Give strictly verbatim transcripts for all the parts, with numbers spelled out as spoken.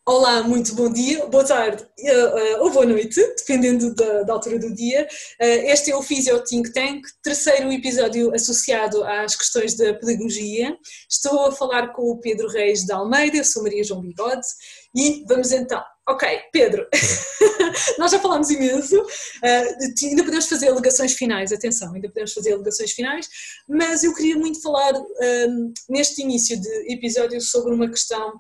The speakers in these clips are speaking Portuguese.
Olá, muito bom dia, boa tarde uh, uh, ou boa noite, dependendo da, da altura do dia. Uh, este é o Physio Think Tank, terceiro episódio associado às questões da pedagogia. Estou a falar com o Pedro Reis de Almeida, eu sou Maria João Bigode e vamos então. Ok, Pedro, nós já falámos imenso, uh, ainda podemos fazer alegações finais, atenção, ainda podemos fazer alegações finais, mas eu queria muito falar uh, neste início de episódio sobre uma questão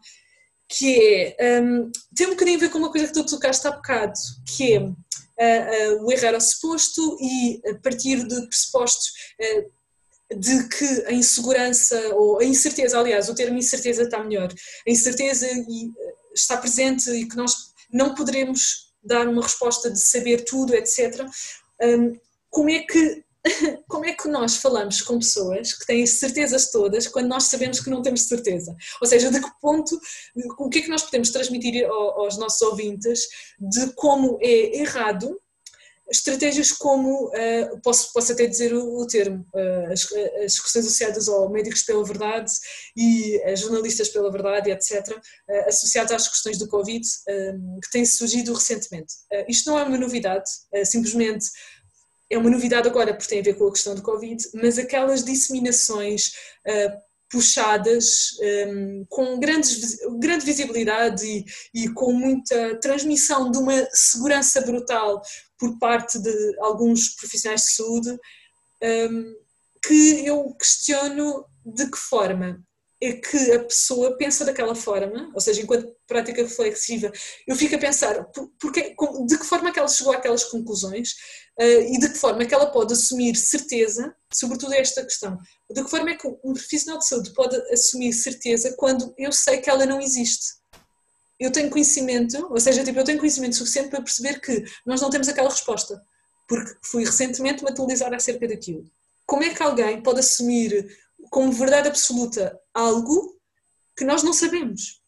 que é, um, tem um bocadinho a ver com uma coisa que tu tocaste há bocado, que é uh, uh, o errar ao suposto e a partir de pressupostos uh, de que a insegurança, ou a incerteza, aliás, o termo incerteza está melhor, a incerteza e, uh, está presente e que nós não poderemos dar uma resposta de saber tudo, etcétera. Um, como é que Como é que nós falamos com pessoas que têm certezas todas quando nós sabemos que não temos certeza? Ou seja, de que ponto, o que é que nós podemos transmitir aos nossos ouvintes de como é errado estratégias como, uh, posso, posso até dizer o, o termo, uh, as, as questões associadas ao Médicos pela Verdade e a Jornalistas pela Verdade, etcétera, uh, associadas às questões do Covid, uh, que têm surgido recentemente. Uh, isto não é uma novidade, uh, simplesmente é uma novidade agora porque tem a ver com a questão do Covid, mas aquelas disseminações uh, puxadas, um, com grandes, grande visibilidade e, e com muita transmissão de uma segurança brutal por parte de alguns profissionais de saúde, um, que eu questiono de que forma é que a pessoa pensa daquela forma, ou seja, enquanto prática reflexiva, eu fico a pensar porque, de que forma é que ela chegou àquelas conclusões uh, e de que forma é que ela pode assumir certeza, sobretudo esta questão, de que forma é que um profissional de saúde pode assumir certeza quando eu sei que ela não existe. Eu tenho conhecimento, ou seja, tipo, eu tenho conhecimento suficiente para perceber que nós não temos aquela resposta, porque fui recentemente atualizada acerca daquilo. Como é que alguém pode assumir como verdade absoluta algo que nós não sabemos?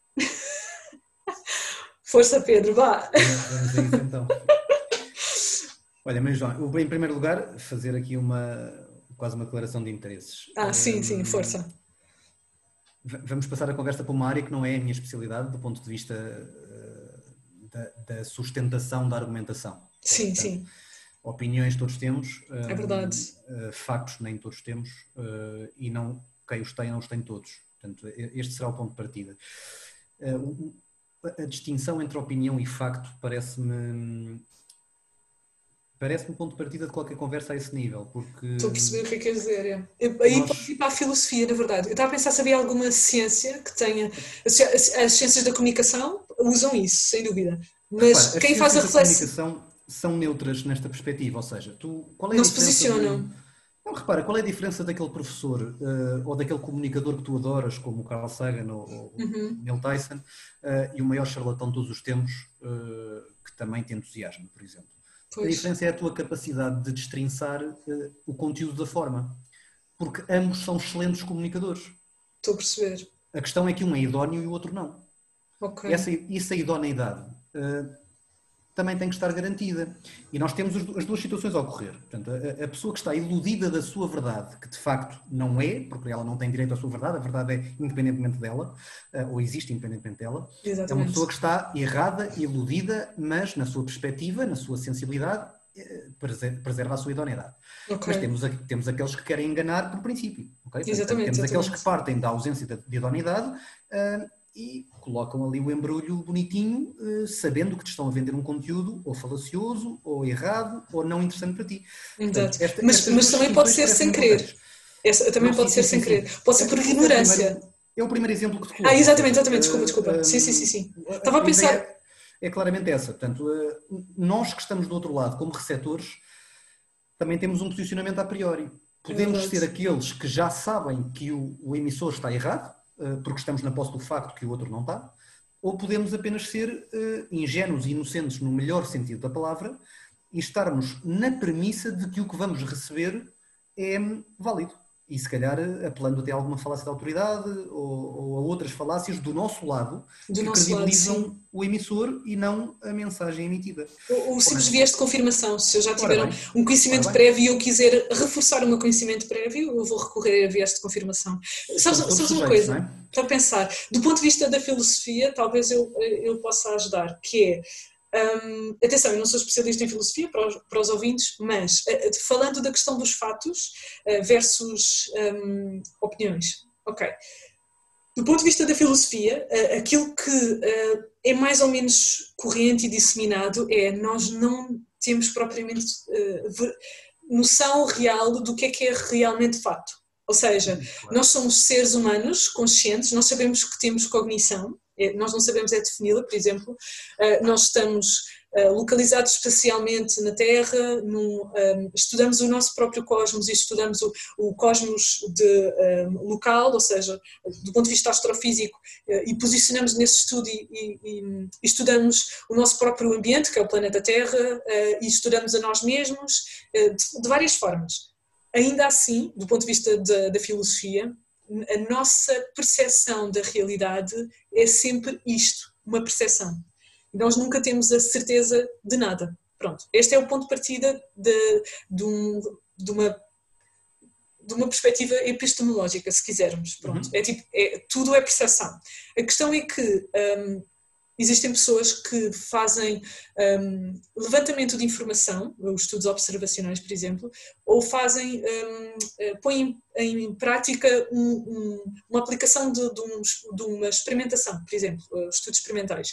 Força, Pedro, vá! Vamos a isso então. Olha, mas João, eu vou em primeiro lugar fazer aqui uma, quase uma declaração de interesses. Ah, sim, sim, força. Vamos passar a conversa para uma área que não é a minha especialidade, do ponto de vista uh, da, da sustentação da argumentação. Sim, Portanto, sim. Opiniões todos temos, um, É verdade. Uh, factos nem todos temos, uh, e não, quem os tem não os tem todos. Portanto, este será o ponto de partida. Uh, a distinção entre opinião e facto parece-me parece-me um ponto de partida de qualquer conversa a esse nível, porque... Estou a perceber o que é que queres dizer. É. Aí nós... pode ir para a filosofia, na verdade. Eu estava a pensar se havia alguma ciência que tenha... As, as ciências da comunicação usam isso, sem dúvida. Mas Repara, quem faz a reflexão... comunicação são neutras nesta perspectiva, ou seja, tu, qual é a não se diferença posicionam. De... Não, repara, qual é a diferença daquele professor uh, ou daquele comunicador que tu adoras, como o Carl Sagan ou, ou Uhum. Neil Tyson, uh, e o maior charlatão de todos os tempos, uh, que também te entusiasma, por exemplo. Pois. A diferença é a tua capacidade de destrinçar uh, o conteúdo da forma, porque ambos são excelentes comunicadores. Estou a perceber. A questão é que um é idóneo e o outro não. Okay. Essa, essa idoneidade uh, também tem que estar garantida. E nós temos as duas situações a ocorrer. Portanto, a, a pessoa que está iludida da sua verdade, que de facto não é, porque ela não tem direito à sua verdade, a verdade é independentemente dela, ou existe independentemente dela. Exatamente. É uma pessoa que está errada, iludida, mas na sua perspectiva, na sua sensibilidade, preserva a sua idoneidade. Okay. Mas temos, temos aqueles que querem enganar por princípio. Okay? Portanto, exatamente, temos exatamente. aqueles que partem da ausência de, de idoneidade uh, e colocam ali o embrulho bonitinho, uh, sabendo que te estão a vender um conteúdo ou falacioso, ou errado, ou não interessante para ti. Exato. Portanto, esta, mas mas também pode ser sem querer. Essa, também não, pode sim, ser sim, sem sim, querer. Sim. Pode ser por é, ignorância. É o, primeiro, é o primeiro exemplo que te coloco. Ah, exatamente, exatamente. Desculpa, desculpa. Uh, sim, sim, sim, sim. Estava a pensar... É, é claramente essa. Portanto, uh, nós que estamos do outro lado, como receptores, também temos um posicionamento a priori. Podemos é ser aqueles que já sabem que o, o emissor está errado, porque estamos na posse do facto que o outro não está, ou podemos apenas ser uh, ingênuos e inocentes no melhor sentido da palavra e estarmos na premissa de que o que vamos receber é válido e se calhar apelando até a alguma falácia de autoridade ou, ou a outras falácias do nosso lado do que nosso credibilizam lado, sim. o emissor e não a mensagem emitida. O, o simples viés de confirmação, se eu já tiver Bem, um conhecimento prévio e eu quiser reforçar o meu conhecimento prévio, eu vou recorrer a viés de confirmação. Sabes, sabes uma coisa, é? Para pensar, do ponto de vista da filosofia, talvez eu, eu possa ajudar, que é, Um, atenção, eu não sou especialista em filosofia para os, para os ouvintes, mas uh, falando da questão dos fatos uh, versus um, opiniões, ok. Do ponto de vista da filosofia, uh, aquilo que uh, é mais ou menos corrente e disseminado é nós não temos propriamente uh, noção real do que é que é realmente fato. Ou seja, claro. Nós somos seres humanos conscientes, nós sabemos que temos cognição, nós não sabemos é defini-la, por exemplo, nós estamos localizados espacialmente na Terra, num, estudamos o nosso próprio cosmos e estudamos o, o cosmos de, um, local, ou seja, do ponto de vista astrofísico, e posicionamos nesse estudo e, e, e estudamos o nosso próprio ambiente, que é o planeta Terra, e estudamos a nós mesmos, de, de várias formas. Ainda assim, do ponto de vista da, da filosofia, a nossa percepção da realidade é sempre isto, uma percepção. E nós nunca temos a certeza de nada. Pronto, este é o ponto de partida de, de, um, de, uma, de uma perspectiva epistemológica, se quisermos. Pronto, uhum. é tipo, é, tudo é percepção. A questão é que um, existem pessoas que fazem um, levantamento de informação, os estudos observacionais, por exemplo, ou fazem, um, põem em prática um, um, uma aplicação de, de, um, de uma experimentação, por exemplo, estudos experimentais,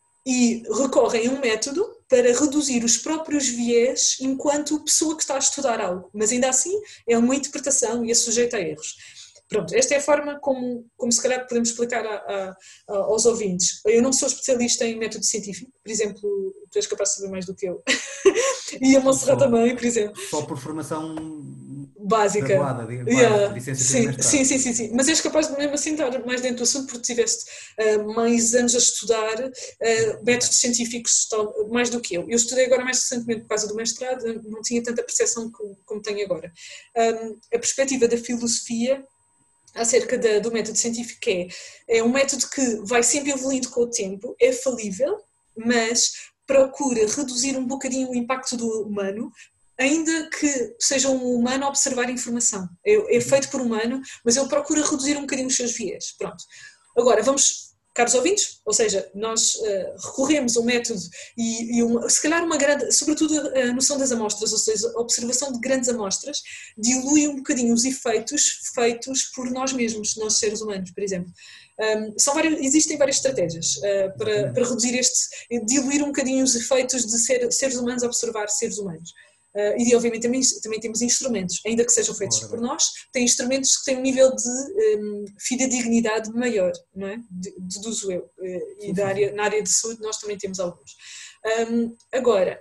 e recorrem a um método para reduzir os próprios viés enquanto pessoa que está a estudar algo, mas ainda assim é uma interpretação e é sujeita a erros. Pronto, esta é a forma como, como se calhar podemos explicar a, a, a, aos ouvintes. Eu não sou especialista em método científico, por exemplo, tu és capaz de saber mais do que eu. E a Monserrat também, por exemplo. Só por formação básica. Graduada, básica, yeah. licença sim, sim, sim, sim, sim. Mas és capaz de mesmo assim estar mais dentro do assunto porque tiveste uh, mais anos a estudar uh, métodos científicos mais do que eu. Eu estudei agora mais recentemente por causa do mestrado, não tinha tanta percepção como, como tenho agora. Um, a perspectiva da filosofia acerca da, do método científico é, é um método que vai sempre evoluindo com o tempo, é falível, mas procura reduzir um bocadinho o impacto do humano, ainda que seja um humano a observar a informação. É, é feito por humano, mas ele procura reduzir um bocadinho os seus viés. Pronto. Agora, vamos, caros ouvintes, ou seja, nós uh, recorremos a um método e, e um, se calhar uma grande, sobretudo a noção das amostras, ou seja, a observação de grandes amostras, dilui um bocadinho os efeitos feitos por nós mesmos, nós seres humanos, por exemplo. Um, são vários, existem várias estratégias uh, para, para reduzir este, diluir um bocadinho os efeitos de ser, seres humanos a observar seres humanos. Uh, e obviamente também, também temos instrumentos, ainda que sejam feitos por nós, tem instrumentos que têm um nível de um, fidedignidade maior, não é? Deduzo eu. Uh, e sim, da sim, área, sim. Na área de saúde nós também temos alguns. Um, agora,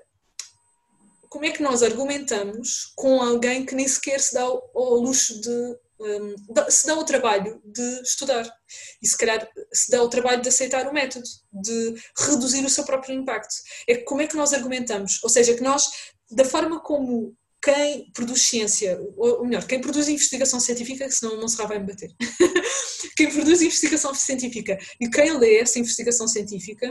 como é que nós argumentamos com alguém que nem sequer se dá ao, ao luxo de um, se dá o trabalho de estudar e se calhar se dá o trabalho de aceitar o método, de reduzir o seu próprio impacto? É como é que nós argumentamos? Ou seja, que nós, da forma como quem produz ciência, ou melhor, quem produz investigação científica, senão o Monserrat vai me bater, quem produz investigação científica e quem lê essa investigação científica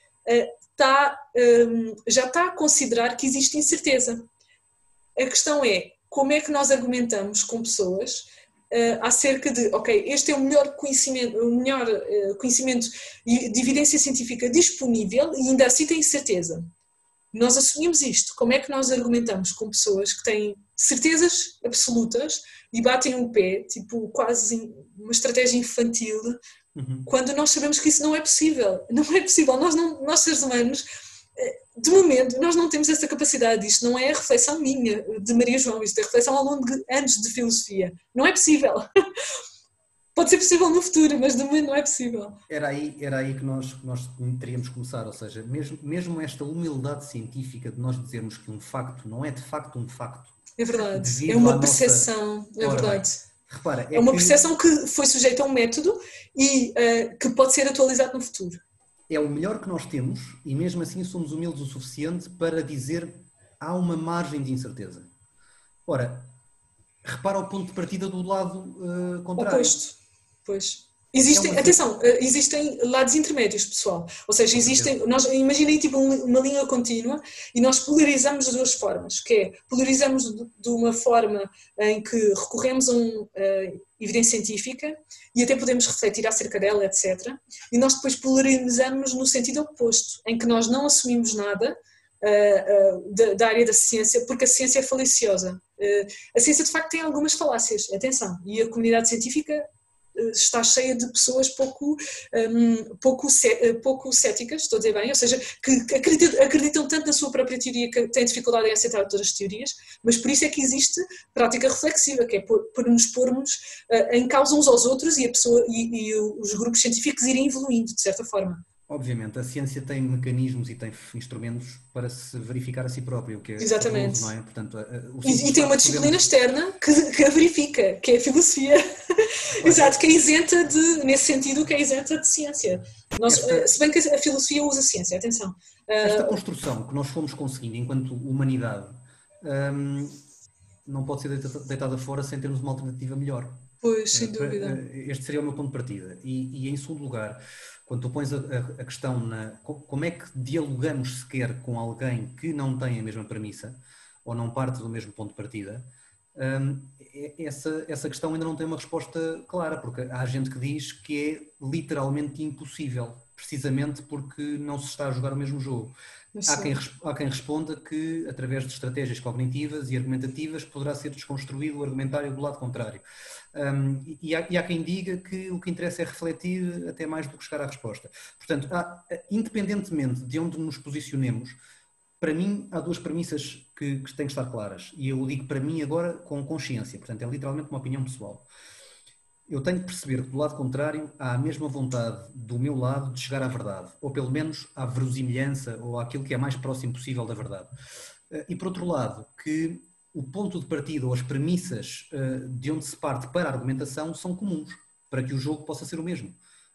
está, já está a considerar que existe incerteza. A questão é, como é que nós argumentamos com pessoas acerca de, ok, este é o melhor conhecimento, o melhor conhecimento de evidência científica disponível e ainda assim tem incerteza. Nós assumimos isto. Como é que nós argumentamos com pessoas que têm certezas absolutas e batem o pé, tipo quase uma estratégia infantil, uhum. quando nós sabemos que isso não é possível? Não é possível. Nós, não, nós seres humanos, de momento, nós não temos essa capacidade. Isto não é a reflexão minha, de Maria João, isto é a reflexão ao longo de anos de filosofia. Não é possível. Pode ser possível no futuro, mas de momento não é possível. Era aí, era aí que nós, que nós teríamos que começar, ou seja, mesmo, mesmo esta humildade científica de nós dizermos que um facto não é de facto um facto. É verdade, é uma percepção, nossa... é verdade. Bem, repara, é, é uma que... percepção que foi sujeita a um método e uh, que pode ser atualizado no futuro. É o melhor que nós temos e mesmo assim somos humildes o suficiente para dizer há uma margem de incerteza. Ora, repara o ponto de partida do lado uh, contrário. Oposto, pois. Existem, é uma... atenção, existem lados intermédios, pessoal. Ou seja, existem, nós, imaginem tipo uma linha contínua e nós polarizamos de duas formas, que é, polarizamos de uma forma em que recorremos a uma uh, evidência científica e até podemos refletir acerca dela, etcétera. E nós depois polarizamos no sentido oposto, em que nós não assumimos nada uh, uh, da, da área da ciência, porque a ciência é faliciosa. Uh, a ciência, de facto, tem algumas falácias, atenção, e a comunidade científica está cheia de pessoas pouco, um, pouco, pouco céticas, estou a dizer bem, ou seja, que acreditam, acreditam tanto na sua própria teoria que têm dificuldade em aceitar todas as teorias, mas por isso é que existe prática reflexiva, que é por, por nos pormos uh, em causa uns aos outros e, a pessoa, e, e os grupos científicos irem evoluindo, de certa forma. Obviamente, a ciência tem mecanismos e tem instrumentos para se verificar a si própria, o que é Exatamente. fabuloso, não é? Portanto, o e, e tem uma disciplina podemos... externa que, que a verifica, que é a filosofia. Claro. Exato, que é isenta de, nesse sentido, que é isenta de ciência. Nós, Esta... Se bem que a filosofia usa a ciência, atenção. Esta uh... construção que nós fomos conseguindo enquanto humanidade um, não pode ser deitada fora sem termos uma alternativa melhor. Pois, sem dúvida. Este seria o meu ponto de partida. E, e em segundo lugar, quando tu pões a, a, a questão na como é que dialogamos sequer com alguém que não tem a mesma premissa ou não parte do mesmo ponto de partida, um, essa, essa questão ainda não tem uma resposta clara, porque há gente que diz que é literalmente impossível, precisamente porque não se está a jogar o mesmo jogo. Há quem, há quem responda que, através de estratégias cognitivas e argumentativas, poderá ser desconstruído o argumentário do lado contrário. Um, e, há, e há quem diga que o que interessa é refletir até mais do que chegar à resposta. Portanto, há, independentemente de onde nos posicionemos, para mim há duas premissas que, que têm que estar claras. E eu digo para mim agora com consciência, portanto é literalmente uma opinião pessoal. Eu tenho que perceber que do lado contrário há a mesma vontade do meu lado de chegar à verdade, ou pelo menos à verosimilhança ou àquilo que é mais próximo possível da verdade. E por outro lado, que o ponto de partida ou as premissas de onde se parte para a argumentação são comuns, para que o jogo possa ser o mesmo.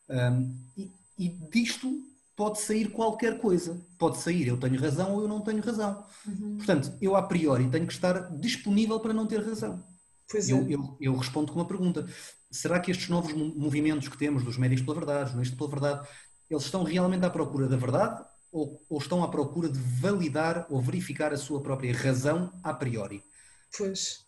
E, e disto pode sair qualquer coisa. Pode sair eu tenho razão ou eu não tenho razão. Uhum. Portanto, eu a priori tenho que estar disponível para não ter razão. Pois é. eu, eu, eu respondo com uma pergunta. Será que estes novos movimentos que temos dos médicos pela verdade, jornalistas pela verdade, eles estão realmente à procura da verdade ou, ou estão à procura de validar ou verificar a sua própria razão a priori? Pois.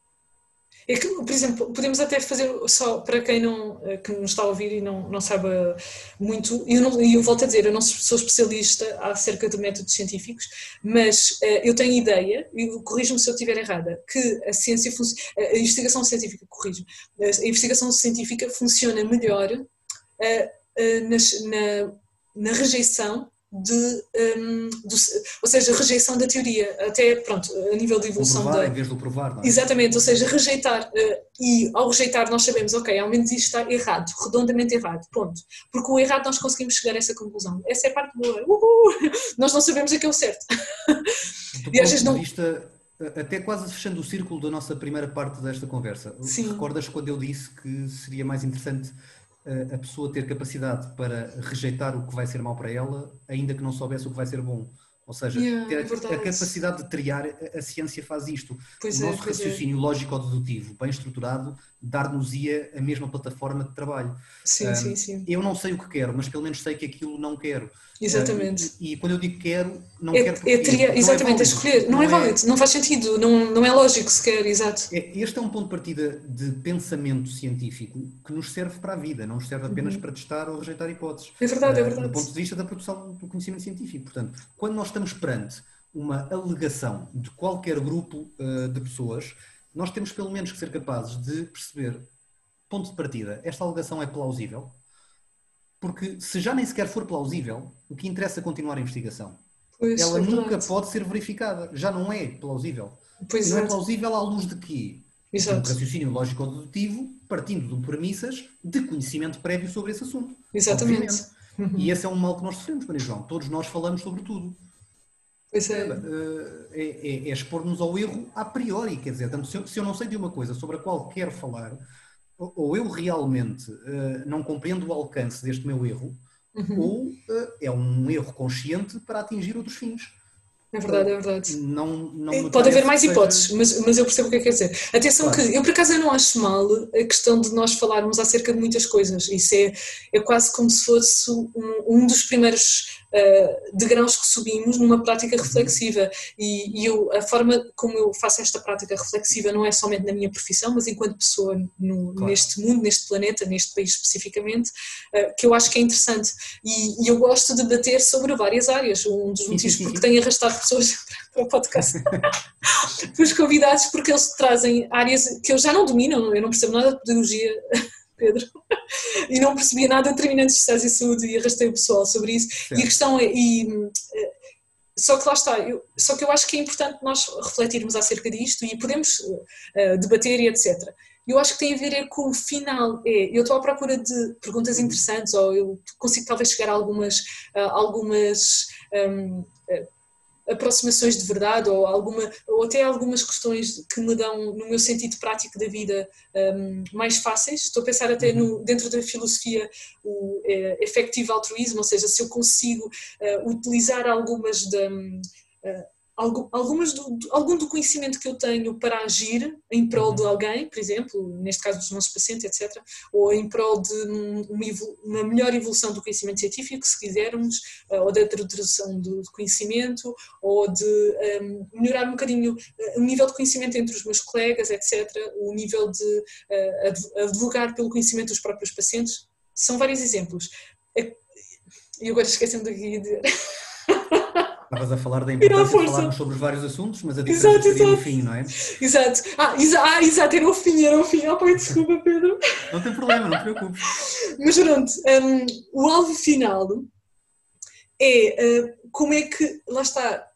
É que, por exemplo, podemos até fazer, só para quem não, que nos está a ouvir e não, não sabe muito, e eu, não, eu volto a dizer, eu não sou especialista acerca de métodos científicos, mas uh, eu tenho ideia, e corrijo-me se eu estiver errada, que a ciência, a investigação científica, corrijo-me, a investigação científica funciona melhor uh, uh, nas, na, na rejeição de, um, do, ou seja, rejeição da teoria, até, pronto, a nível de evolução provar, da... em vez de provar, não é? Exatamente, ou seja, rejeitar, uh, e ao rejeitar nós sabemos, ok, ao menos isto está errado, redondamente errado, ponto, porque o errado nós conseguimos chegar a essa conclusão, essa é a parte boa, uhul! Nós não sabemos o que é o certo. Do e ponto de não... vista, até quase fechando o círculo da nossa primeira parte desta conversa, Sim. recordas quando eu disse que seria mais interessante a pessoa ter capacidade para rejeitar o que vai ser mau para ela, ainda que não soubesse o que vai ser bom. Ou seja, yeah, ter é a capacidade de triar, a ciência faz isto. Pois o é, nosso raciocínio é. lógico-dedutivo, bem estruturado, dar-nos-ia a mesma plataforma de trabalho. Sim, um, sim, sim. Eu não sei o que quero, mas pelo menos sei que aquilo não quero. Exatamente. Uh, e, e quando eu digo quero, não é, quero porque, é tria, porque exatamente, não é a escolher. Não, não é válido, não faz sentido, não, não é lógico sequer, exato. É, este é um ponto de partida de pensamento científico que nos serve para a vida, não nos serve apenas uhum. para testar ou rejeitar hipóteses. É verdade, uh, é verdade. Do ponto de vista da produção do conhecimento científico. Portanto, quando nós estamos perante uma alegação de qualquer grupo uh, de pessoas, nós temos pelo menos que ser capazes de perceber, ponto de partida, esta alegação é plausível? Porque se já nem sequer for plausível, o que interessa é continuar a investigação. Pois, Ela é nunca pode ser verificada, já não é plausível. Pois e não é. é plausível à luz de quê? De um raciocínio lógico-dedutivo, partindo de premissas de conhecimento prévio sobre esse assunto. Exatamente. Uhum. E esse é um mal que nós sofremos, Maria João. Todos nós falamos sobre tudo. Pois é. É, é, é expor-nos ao erro a priori, quer dizer, tanto se, eu, se eu não sei de uma coisa sobre a qual quero falar, ou, ou eu realmente uh, não compreendo o alcance deste meu erro, uhum. ou uh, é um erro consciente para atingir outros fins. É verdade, é verdade. Não, não Pode haver mais seja... hipóteses, mas, mas eu percebo o que é que quer dizer. Atenção claro. Que eu por acaso eu não acho mal a questão de nós falarmos acerca de muitas coisas. Isso é, é quase como se fosse um, um dos primeiros uh, degraus que subimos numa prática reflexiva. E, e eu, a forma como eu faço esta prática reflexiva não é somente na minha profissão, mas enquanto pessoa no, claro. Neste mundo, neste planeta, neste país especificamente, uh, que eu acho que é interessante. E, e eu gosto de debater sobre várias áreas. Um dos motivos sim, sim, sim, porque tenho arrastado pessoas para o podcast. Os convidados, porque eles trazem áreas que eu já não domino, eu não percebo nada de pedagogia, Pedro, e não percebia nada de determinantes sociais e saúde e arrastei o pessoal sobre isso. Sim. E a questão é, e, só que lá está, eu, só que eu acho que é importante nós refletirmos acerca disto e podemos uh, debater e etcétera. Eu acho que tem a ver é com o final, é, eu estou à procura de perguntas interessantes ou eu consigo talvez chegar a algumas, uh, algumas um, uh, aproximações de verdade ou, alguma, ou até algumas questões que me dão, no meu sentido prático da vida, um, mais fáceis. Estou a pensar até no, dentro da filosofia o é, efetivo altruísmo, ou seja, se eu consigo uh, utilizar algumas da... Uh, algumas do, algum do conhecimento que eu tenho para agir em prol de alguém, por exemplo, neste caso dos nossos pacientes, etcétera, ou em prol de uma, uma melhor evolução do conhecimento científico, se quisermos, ou da tradução do conhecimento, ou de um, melhorar um bocadinho o nível de conhecimento entre os meus colegas, etcétera, o nível de uh, advogar pelo conhecimento dos próprios pacientes. São vários exemplos. E agora esqueci-me do que ia dizer. Estavas a falar da importância de falarmos sobre os vários assuntos, mas a diferença exato, seria exato. no fim, não é? Exato. Ah, exa ah, exato, era o fim, era o fim. Ah, pai, desculpa, Pedro. Não tem problema, não te preocupes. Mas pronto, um, o alvo final é uh, como é que, lá está,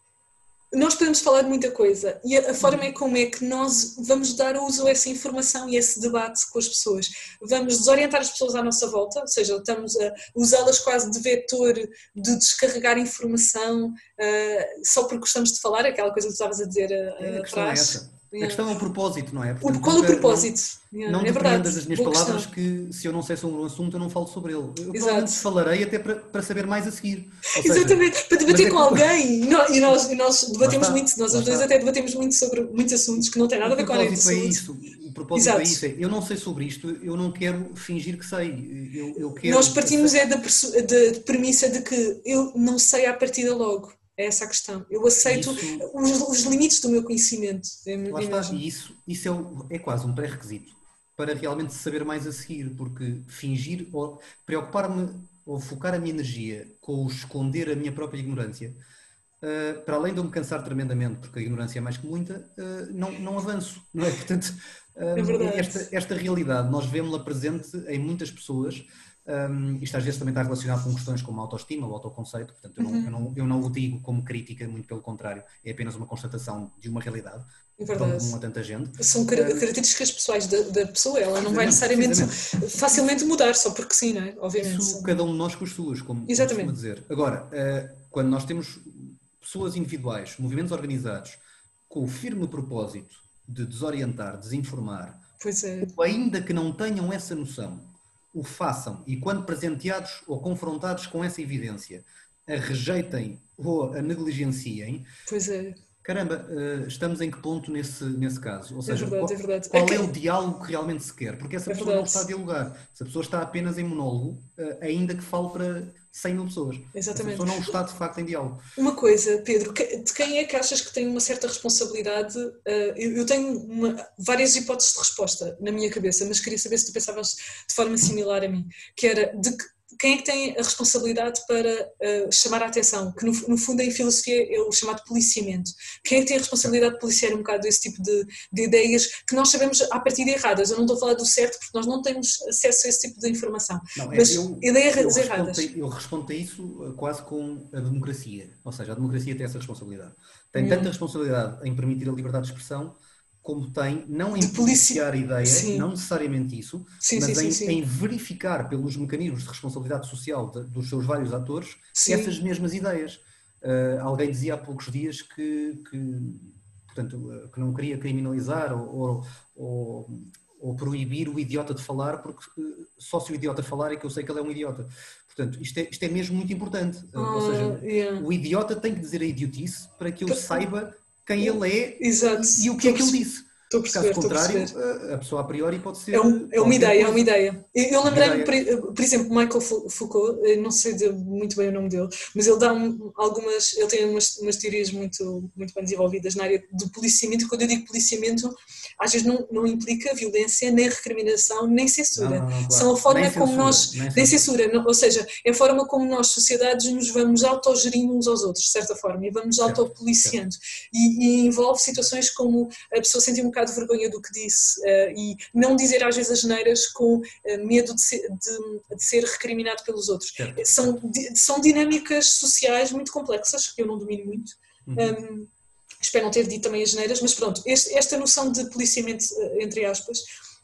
nós podemos falar de muita coisa e a, a forma é como é que nós vamos dar uso a essa informação e a esse debate com as pessoas. Vamos desorientar as pessoas à nossa volta, ou seja, estamos a usá-las quase de vetor de descarregar informação uh, só porque gostamos de falar, aquela coisa que tu estavas a dizer uh, é, a questão atrás. é essa. A questão é o propósito, não é? Portanto, qual nunca, o propósito? Não, yeah, não é depreendas das minhas Boa palavras questão. que se eu não sei sobre um assunto eu não falo sobre ele. Eu Exato. provavelmente falarei até para, para saber mais a seguir. Ou Exatamente, seja, para debater é com que... alguém. E nós, e nós, e nós debatemos está, muito, nós os dois até debatemos muito sobre muitos assuntos que não têm nada a ver com a área de saúde. É isso. O propósito Exato. É isso. Eu não sei sobre isto, eu não quero fingir que sei. Eu, eu quero... Nós partimos é da, da premissa de que eu não sei à partida logo. É essa a questão. Eu aceito isso, os, os limites do meu conhecimento. Lá está, e isso, isso é, o, é quase um pré-requisito para realmente saber mais a seguir, porque fingir ou preocupar-me ou focar a minha energia com o esconder a minha própria ignorância, uh, para além de eu me cansar tremendamente, porque a ignorância é mais que muita, uh, não, não avanço, não é? Portanto, um, é esta, esta realidade nós vemos-la presente em muitas pessoas. Um, isto às vezes também está relacionado com questões como autoestima ou autoconceito, portanto eu não, uhum. eu, não, eu não o digo como crítica, muito pelo contrário, é apenas uma constatação de uma realidade, é verdade. Tão comum a tanta gente. São características pessoais da, da pessoa, ela não vai necessariamente facilmente mudar, só porque sim, não é? Obviamente. Isso cada um de nós com as suas, como Exatamente. costuma dizer. Agora, uh, quando nós temos pessoas individuais, movimentos organizados, com o firme propósito de desorientar, desinformar, pois é. ou ainda que não tenham essa noção, o façam e quando presenteados ou confrontados com essa evidência a rejeitem ou a negligenciem, pois é. Caramba, estamos em que ponto nesse, nesse caso? Ou seja, é verdade, qual, é, verdade. qual é, é que... o diálogo que realmente se quer? Porque essa é pessoa verdade. não está a dialogar. Se a pessoa está apenas em monólogo, ainda que fale para cem mil pessoas. Exatamente. Essa pessoa não está de facto em diálogo. Uma coisa, Pedro, de quem é que achas que tem uma certa responsabilidade? Eu tenho uma, várias hipóteses de resposta na minha cabeça, mas queria saber se tu pensavas de forma similar a mim, que era de que quem é que tem a responsabilidade para uh, chamar a atenção? Que no, no fundo em filosofia é o chamado policiamento. Quem é que tem a responsabilidade de policiar um bocado esse tipo de, de ideias que nós sabemos à partida erradas? Eu não estou a falar do certo porque nós não temos acesso a esse tipo de informação. Não, mas eu, ideias eu erradas. Respondo, eu respondo a isso quase com a democracia. Ou seja, a democracia tem essa responsabilidade. Tem hum. tanta responsabilidade em permitir a liberdade de expressão como tem, não em policiar ideias, sim. não necessariamente isso, sim, mas sim, em, sim, sim. em verificar pelos mecanismos de responsabilidade social de, dos seus vários atores sim. essas mesmas ideias. Uh, alguém dizia há poucos dias que, que, portanto, que não queria criminalizar ou, ou, ou, ou proibir o idiota de falar, porque só se o idiota falar é que eu sei que ele é um idiota. Portanto, isto é, isto é mesmo muito importante. Uh, ou seja, yeah. o idiota tem que dizer a idiotice para que eu saiba quem ele é Exato. e, e o que é que ele disse. Estou a perceber, Caso contrário, estou a perceber. a pessoa a priori pode ser... É, um, é uma ideia, coisa. é uma ideia. Eu, eu lembrei-me, por, por exemplo, Michael Foucault, não sei muito bem o nome dele, mas ele dá um, algumas, ele tem umas, umas teorias muito, muito bem desenvolvidas na área do policiamento, e quando eu digo policiamento, às vezes não, não implica violência, nem recriminação, nem censura. Não, não, não, claro. São a forma nem como censura, nós... Nem, nem censura, não, ou seja, é a forma como nós, sociedades, nos vamos autogerindo uns aos outros, de certa forma, e vamos autopoliciando. E, e envolve situações como a pessoa sentir um bocado de vergonha do que diz, Uh, e não dizer às vezes as neiras com uh, medo de ser, de, de ser recriminado pelos outros. Certo. São, di, são dinâmicas sociais muito complexas, que eu não domino muito. Uhum. Um, espero não ter dito também as neiras, mas pronto, este, esta noção de policiamento, uh, entre aspas,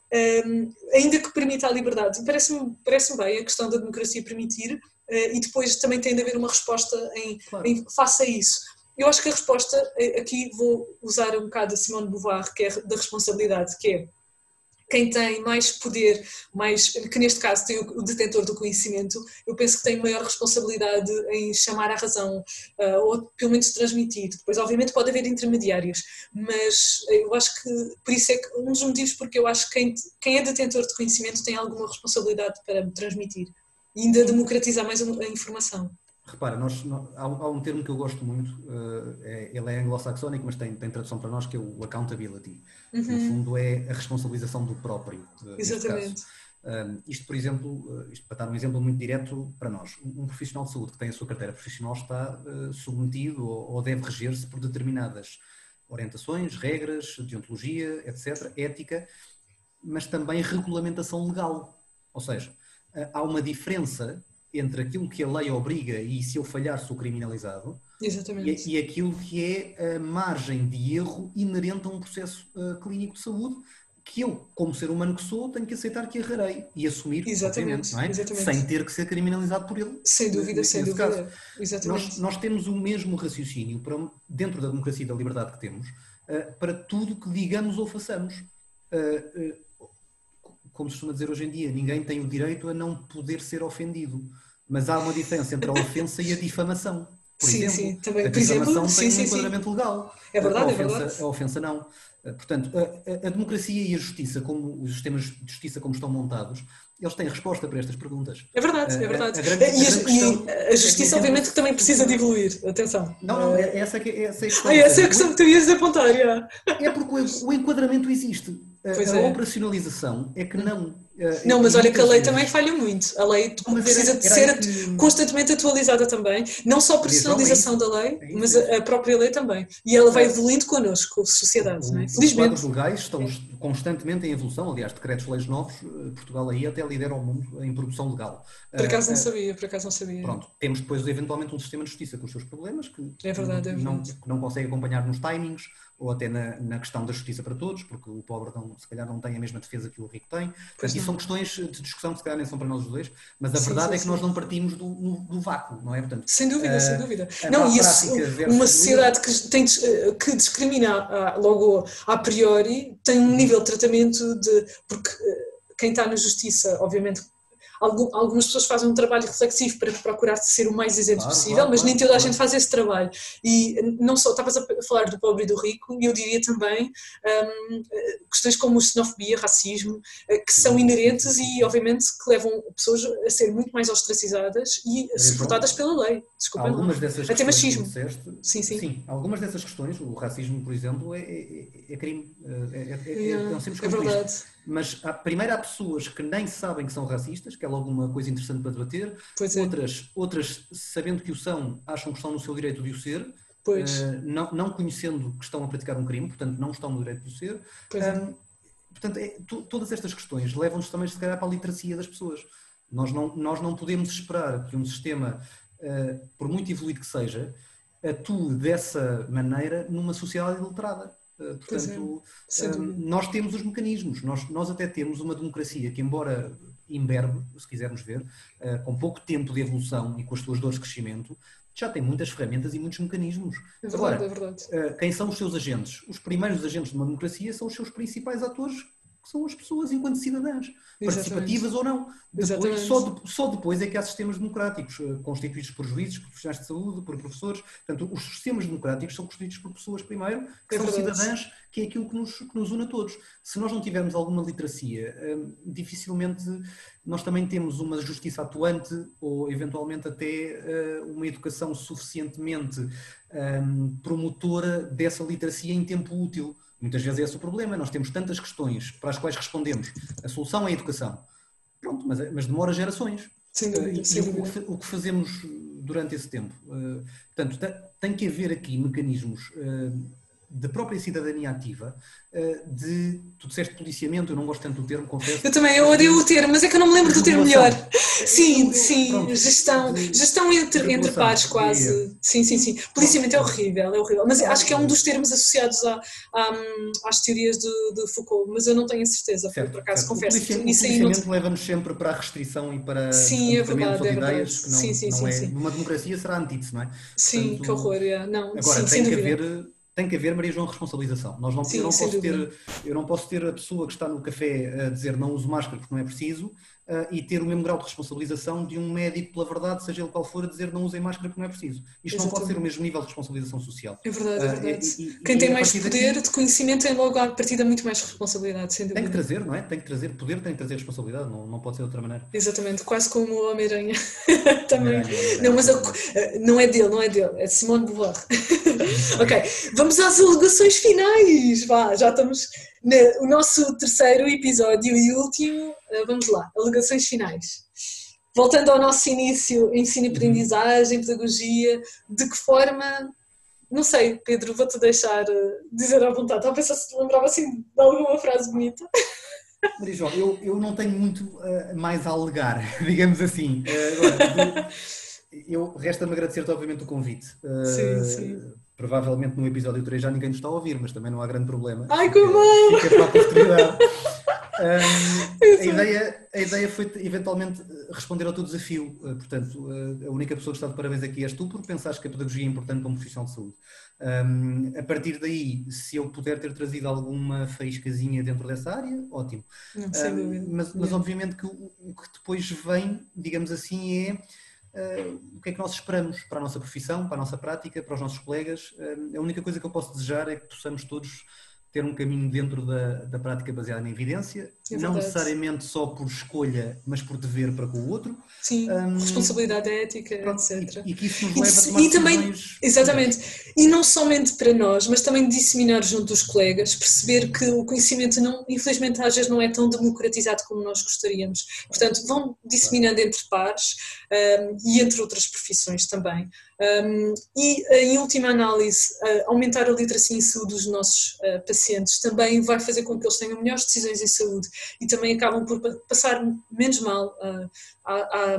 um, ainda que permita a liberdade, parece-me parece bem a questão da democracia permitir, uh, e depois também tem de haver uma resposta em, claro. em face a isso. Eu acho que a resposta, aqui vou usar um bocado a Simone de Beauvoir, que é da responsabilidade, que é quem tem mais poder, mais, que neste caso tem o detentor do conhecimento, eu penso que tem maior responsabilidade em chamar à razão, ou pelo menos transmitir. Depois, obviamente, pode haver intermediários, mas eu acho que, por isso é que um dos motivos porque eu acho que quem, quem é detentor de conhecimento tem alguma responsabilidade para transmitir e ainda democratizar mais a informação. Repara, nós, nós, há, há um termo que eu gosto muito, uh, é, ele é anglo-saxónico, mas tem, tem tradução para nós, que é o accountability. Uhum. No fundo é a responsabilização do próprio. Uh, Exatamente. Um, isto, por exemplo, uh, isto para dar um exemplo muito direto para nós, um, um profissional de saúde que tem a sua carteira profissional está uh, submetido ou, ou deve reger-se por determinadas orientações, regras, deontologia, etcétera, ética, mas também regulamentação legal. Ou seja, uh, há uma diferença entre aquilo que a lei obriga e se eu falhar sou criminalizado. Exatamente. E, e aquilo que é a margem de erro inerente a um processo uh, clínico de saúde que eu, como ser humano que sou, tenho que aceitar que errarei e assumir, exatamente, não é? Exatamente. Sem ter que ser criminalizado por ele. Sem dúvida, sem dúvida. Caso. Exatamente. Nós, nós temos o mesmo raciocínio para, dentro da democracia e da liberdade que temos uh, para tudo que digamos ou façamos. Uh, uh, Como se costuma dizer hoje em dia, ninguém tem o direito a não poder ser ofendido. Mas há uma diferença entre a ofensa e a difamação. Por sim, exemplo, sim, também. a Por difamação exemplo, tem sim, um sim, enquadramento sim. legal. É verdade, a ofensa, é verdade. A ofensa não. Portanto, a, a democracia e a justiça, como os sistemas de justiça como estão montados, eles têm resposta para estas perguntas. É verdade, é verdade. A, a grande, e, a, a, questão e a justiça, é obviamente, que também precisa de evoluir. Atenção. Não, não, é, essa, é, essa é a questão. Ah, essa é a questão que tu ias apontar, já. É porque o, o enquadramento existe. A, pois a é. operacionalização é que não. Não, mas olha que a lei também falha muito. A lei não, precisa era, de ser que... constantemente atualizada também. Não só a personalização da lei, é mas a, a própria lei também. E ela vai evoluindo connosco, como sociedade, o, não é? Felizmente. Os quadros legais estão constantemente em evolução. Aliás, decretos-leis novos, Portugal aí até lidera o mundo em produção legal. Por acaso não sabia, por acaso não sabia. Pronto, temos depois eventualmente um sistema de justiça com os seus problemas, que, é verdade, é verdade. Não, que não consegue acompanhar nos timings, ou até na, na questão da justiça para todos, porque o pobre não, se calhar não tem a mesma defesa que o rico tem. Portanto, e são questões de discussão que se calhar nem são para nós os dois, mas a sim, verdade sim, é que sim. nós não partimos do, do, do vácuo, não é? Portanto, sem dúvida, uh, sem dúvida. Não, e isso, uma sociedade que, tem, que discrimina logo a priori tem um nível de tratamento de... Porque quem está na justiça, obviamente... Algumas pessoas fazem um trabalho reflexivo para procurar ser o mais isento claro, possível, claro, mas nem toda claro. a gente faz esse trabalho. E não só, estavas a falar do pobre e do rico, e eu diria também um, questões como xenofobia, racismo, que são inerentes e, obviamente, que levam pessoas a ser muito mais ostracizadas e suportadas pela lei. Desculpa, algumas não. dessas Até machismo. Disseste, sim, sim. sim, algumas dessas questões, o racismo, por exemplo, é, é, é crime. É, é, é, é um simples é verdade. Isto. Mas há, primeiro há pessoas que nem sabem que são racistas, que é logo uma coisa interessante para debater. Pois é. Outras, outras, sabendo que o são, acham que estão no seu direito de o ser, uh, não, não conhecendo que estão a praticar um crime, portanto não estão no direito de o ser. Pois é. Um, portanto, é, to, todas estas questões levam-nos também, se calhar, para a literacia das pessoas. Nós não, nós não podemos esperar que um sistema, uh, por muito evoluído que seja, atue dessa maneira numa sociedade iletrada. Uh, portanto, é, um, nós temos os mecanismos, nós, nós até temos uma democracia que, embora imberbe, se quisermos ver, uh, com pouco tempo de evolução e com as suas dores de crescimento, já tem muitas ferramentas e muitos mecanismos. É verdade, Agora, é verdade. Uh, quem são os seus agentes? Os primeiros agentes de uma democracia são os seus principais atores, que são as pessoas enquanto cidadãs, participativas ou não. Depois, só, de, só depois é que há sistemas democráticos, constituídos por juízes, por profissionais de saúde, por professores. Portanto, os sistemas democráticos são constituídos por pessoas, primeiro, que é são verdade. cidadãs, que é aquilo que nos, que nos une a todos. Se nós não tivermos alguma literacia, hum, dificilmente nós também temos uma justiça atuante ou, eventualmente, até uh, uma educação suficientemente um, promotora dessa literacia em tempo útil. Muitas vezes é esse o problema, nós temos tantas questões para as quais respondemos. A solução é a educação. Pronto, mas, mas demora gerações. Sem dúvida, e sem e dúvida. O, o que fazemos durante esse tempo? Uh, portanto, tem que haver aqui mecanismos uh, da própria cidadania ativa, uh, de, tu disseste policiamento, eu não gosto tanto do termo, confesso. Eu também, eu odeio o termo, mas é que eu não me lembro do termo melhor. Sim, eu, sim, pronto, gestão, de, gestão entre, entre pares quase. Sim, sim, sim. Policiamento é horrível, é horrível. Mas acho que é um dos termos associados a, a, às teorias de, de Foucault, mas eu não tenho a certeza, certo, por acaso, certo. confesso. O policiamento, o policiamento não... leva-nos sempre para a restrição e para sim, é verdade, ou é ideias que não, sim, sim, não sim, é. sim. Numa democracia será antítese, não é? Sim, portanto, que horror, é. Não, agora, sim, tem sem que dúvida. haver... Tem que haver, Maria João, responsabilização. Nós não, Sim, eu, não posso ter, eu não posso ter a pessoa que está no café a dizer não uso máscara porque não é preciso uh, e ter o mesmo grau de responsabilização de um médico, pela verdade, seja ele qual for, a dizer não usem máscara porque não é preciso. Isto Exatamente. Não pode ser o mesmo nível de responsabilização social. É verdade, é verdade. Uh, e, e, Quem e tem mais poder daqui, de conhecimento tem logo à partida muito mais responsabilidade, sem dúvida. Tem que trazer, não é? Tem que trazer poder, tem que trazer responsabilidade, não, não pode ser de outra maneira. Exatamente, quase como o Homem-Aranha. Também. Homem-Aranha, não, mas a, não é dele, não é dele, é de Simone de Beauvoir. Ok, vamos às alegações finais. Vá, já estamos no nosso terceiro episódio e último. Vamos lá, alegações finais. Voltando ao nosso início, ensino-aprendizagem, pedagogia, de que forma... Não sei, Pedro, vou-te deixar dizer à vontade. Estava a pensar se te lembrava assim de alguma frase bonita. Maria João, eu, eu não tenho muito uh, mais a alegar, digamos assim. Uh, agora, eu resta-me agradecer-te, obviamente, o convite. Uh, sim, sim. Provavelmente no episódio três já ninguém nos está a ouvir, mas também não há grande problema. Ai, como! Fica para a posteridade. Um, a, ideia, a ideia foi eventualmente responder ao teu desafio. Uh, portanto, uh, a única pessoa que está de parabéns aqui és tu, porque pensaste que a pedagogia é importante como profissão de saúde. Um, a partir daí, se eu puder ter trazido alguma faíscazinha dentro dessa área, ótimo. Não, sem dúvida. Um, mas, mas obviamente que o, o que depois vem, digamos assim, é uh, o que é que nós esperamos para a nossa profissão, para a nossa prática, para os nossos colegas. Uh, a única coisa que eu posso desejar é que possamos todos ter um caminho dentro da, da prática baseada na evidência, é não necessariamente só por escolha, mas por dever para com o outro. Sim, um, responsabilidade ética, pronto, etcétera. E, e que isso nos leva a tomar e também, decisões... exatamente, e não somente para nós, mas também disseminar junto dos colegas, perceber que o conhecimento, não, infelizmente, às vezes não é tão democratizado como nós gostaríamos. Portanto, vão disseminando entre pares um, e entre outras profissões também. Um, e, em última análise, uh, aumentar a literacia em saúde dos nossos uh, pacientes também vai fazer com que eles tenham melhores decisões em saúde e também acabam por passar menos mal, uh, a, a,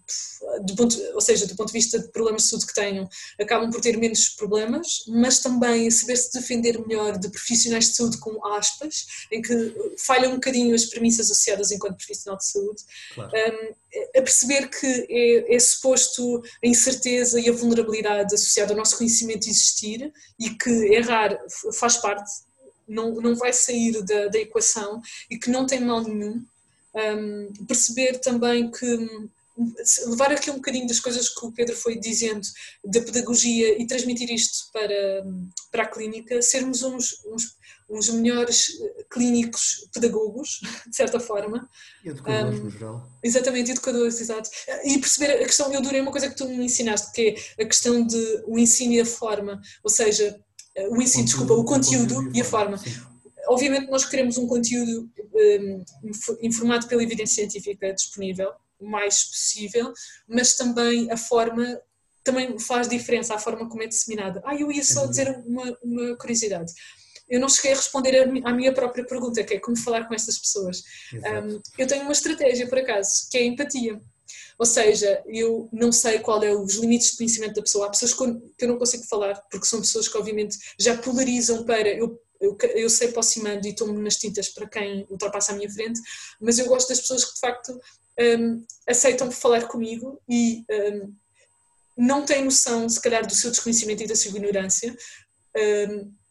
do ponto, ou seja, do ponto de vista de problemas de saúde que tenham, acabam por ter menos problemas, mas também saber-se defender melhor de profissionais de saúde com aspas, em que falham um bocadinho as premissas associadas enquanto profissional de saúde. Claro. Um, a perceber que é, é suposto a incerteza e a vulnerabilidade associada ao nosso conhecimento existir e que errar faz parte, não, não vai sair da, da equação e que não tem mal nenhum. Um, perceber também que levar aqui um bocadinho das coisas que o Pedro foi dizendo da pedagogia e transmitir isto para, para a clínica, sermos uns, uns, uns melhores clínicos pedagogos, de certa forma. E educadores, um, no geral. Exatamente, educadores, exato. E perceber a questão, eu adorei uma coisa que tu me ensinaste, que é a questão de o ensino e a forma, ou seja, o ensino, o desculpa, o conteúdo, o conteúdo e a forma. E a forma. Obviamente nós queremos um conteúdo um, informado pela evidência científica disponível, o mais possível, mas também a forma, também faz diferença a forma como é disseminada. Ah, eu ia só dizer uma, uma curiosidade. Eu não cheguei a responder à minha própria pergunta, que é como falar com estas pessoas. Um, eu tenho uma estratégia, por acaso, que é a empatia. Ou seja, eu não sei qual é os limites de conhecimento da pessoa. Há pessoas que eu não consigo falar, porque são pessoas que obviamente já polarizam para... Eu, Eu, eu sei aproximando e estou-me nas tintas para quem ultrapassa a minha frente, mas eu gosto das pessoas que de facto um, aceitam falar comigo e um, não têm noção, se calhar, do seu desconhecimento e da sua ignorância, um,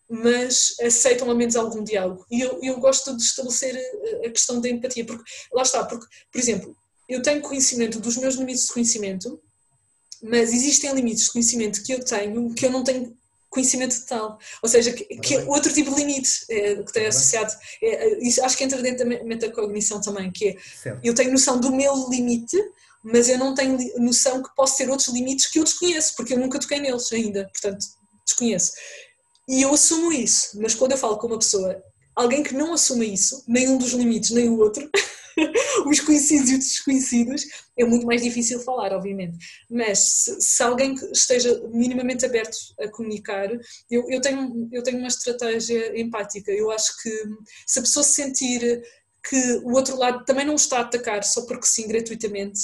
mas aceitam ao menos algum diálogo. E eu, eu gosto de estabelecer a questão da empatia, porque lá está, porque, por exemplo, eu tenho conhecimento dos meus limites de conhecimento, mas existem limites de conhecimento que eu tenho que eu não tenho conhecimento de tal, ou seja, que, que é outro tipo de limite é, que tem associado, é, isso acho que entra dentro da metacognição também, que é, certo. Eu tenho noção do meu limite, mas eu não tenho noção que posso ter outros limites que eu desconheço, porque eu nunca toquei neles ainda, portanto, desconheço. E eu assumo isso, mas quando eu falo com uma pessoa, alguém que não assuma isso, nem um dos limites, nem o outro, os conhecidos e os desconhecidos, é muito mais difícil falar, obviamente. Mas se, se alguém esteja minimamente aberto a comunicar, eu, eu, tenho, eu tenho uma estratégia empática. Eu acho que se a pessoa se sentir que o outro lado também não está a atacar só porque sim, gratuitamente,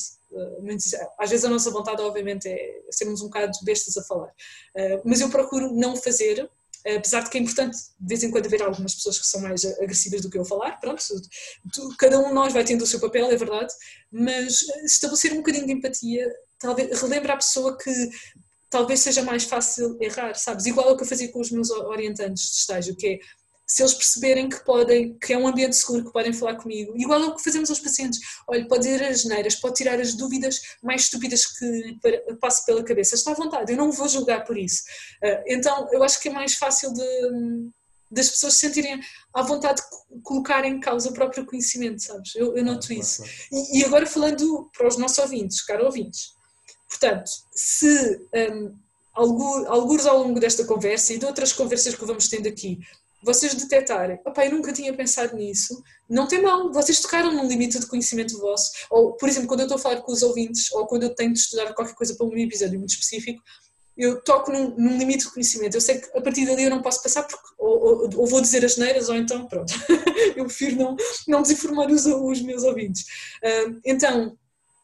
às vezes a nossa vontade, obviamente, é sermos um bocado bestas a falar. Mas eu procuro não fazer, apesar de que é importante de vez em quando haver algumas pessoas que são mais agressivas do que eu falar, pronto, tu, cada um de nós vai tendo o seu papel, é verdade, mas estabelecer um bocadinho de empatia, talvez relembra a pessoa que talvez seja mais fácil errar, sabes? Igual ao que eu fazia com os meus orientantes de estágio, que é, se eles perceberem que podem, que é um ambiente seguro, que podem falar comigo, igual ao que fazemos aos pacientes, olha, pode dizer as neiras, pode tirar as dúvidas mais estúpidas que passe pela cabeça, está à vontade, eu não vou julgar por isso. Então, eu acho que é mais fácil de, das pessoas se sentirem à vontade de colocar em causa o próprio conhecimento, sabes? Eu, eu noto isso. Claro, claro. E, e agora falando para os nossos ouvintes, caros ouvintes, portanto, se um, alguns ao longo desta conversa e de outras conversas que vamos tendo aqui, vocês detectarem, opá, eu nunca tinha pensado nisso, não tem mal, vocês tocaram num limite de conhecimento vosso, ou, por exemplo, quando eu estou a falar com os ouvintes, ou quando eu tenho de estudar qualquer coisa para um episódio muito específico, eu toco num, num limite de conhecimento, eu sei que a partir dali eu não posso passar, porque, ou, ou, ou vou dizer as neiras, ou então, pronto, eu prefiro não, não desinformar os, os meus ouvintes. Uh, então,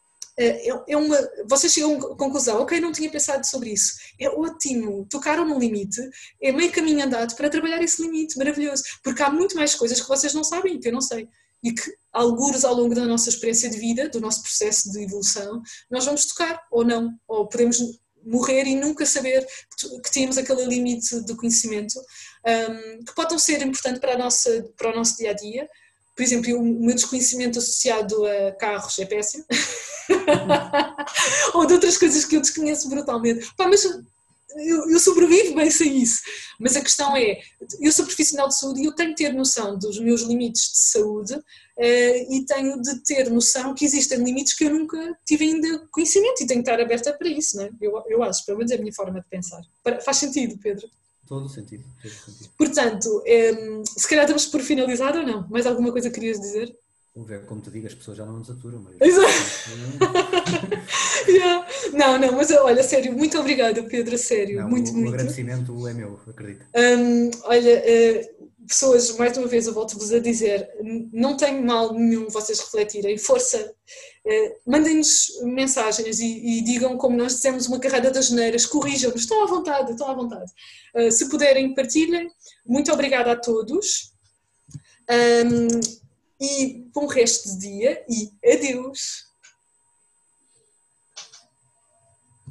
É uma, vocês chegam à conclusão, ok, não tinha pensado sobre isso, é ótimo, tocaram num limite, é meio caminho andado para trabalhar esse limite, maravilhoso, porque há muito mais coisas que vocês não sabem e que eu não sei, e que algures ao longo da nossa experiência de vida, do nosso processo de evolução, nós vamos tocar, ou não, ou podemos morrer e nunca saber que tínhamos aquele limite de conhecimento, um, que pode não ser importante para, a nossa, para o nosso dia-a-dia. Por exemplo, o meu desconhecimento associado a carros é péssimo. Ou de outras coisas que eu desconheço brutalmente. Pá, mas eu, eu sobrevivo bem sem isso. Mas a questão é, eu sou profissional de saúde e eu tenho de ter noção dos meus limites de saúde uh, e tenho de ter noção que existem limites que eu nunca tive ainda conhecimento e tenho de estar aberta para isso, não é? Eu, eu acho, pelo menos é a minha forma de pensar. Faz sentido, Pedro? Todo o sentido, todo o sentido. Portanto, um, se calhar estamos por finalizar ou não? Mais alguma coisa que querias dizer? Vamos ver, como te digo, as pessoas já não nos aturam. Mas... yeah. Não, não, mas olha, sério, muito obrigada, Pedro, sério, não, muito, o, muito. O agradecimento é meu, acredito. Um, olha, uh, pessoas, mais uma vez eu volto-vos a dizer, não tem mal nenhum vocês refletirem, força, uh, mandem-nos mensagens e, e digam como nós dissemos uma carrada das neiras, corrijam-nos, estão à vontade, estão à vontade. Uh, se puderem, partilhem. Muito obrigada a todos. Um, e bom resto de dia e adeus!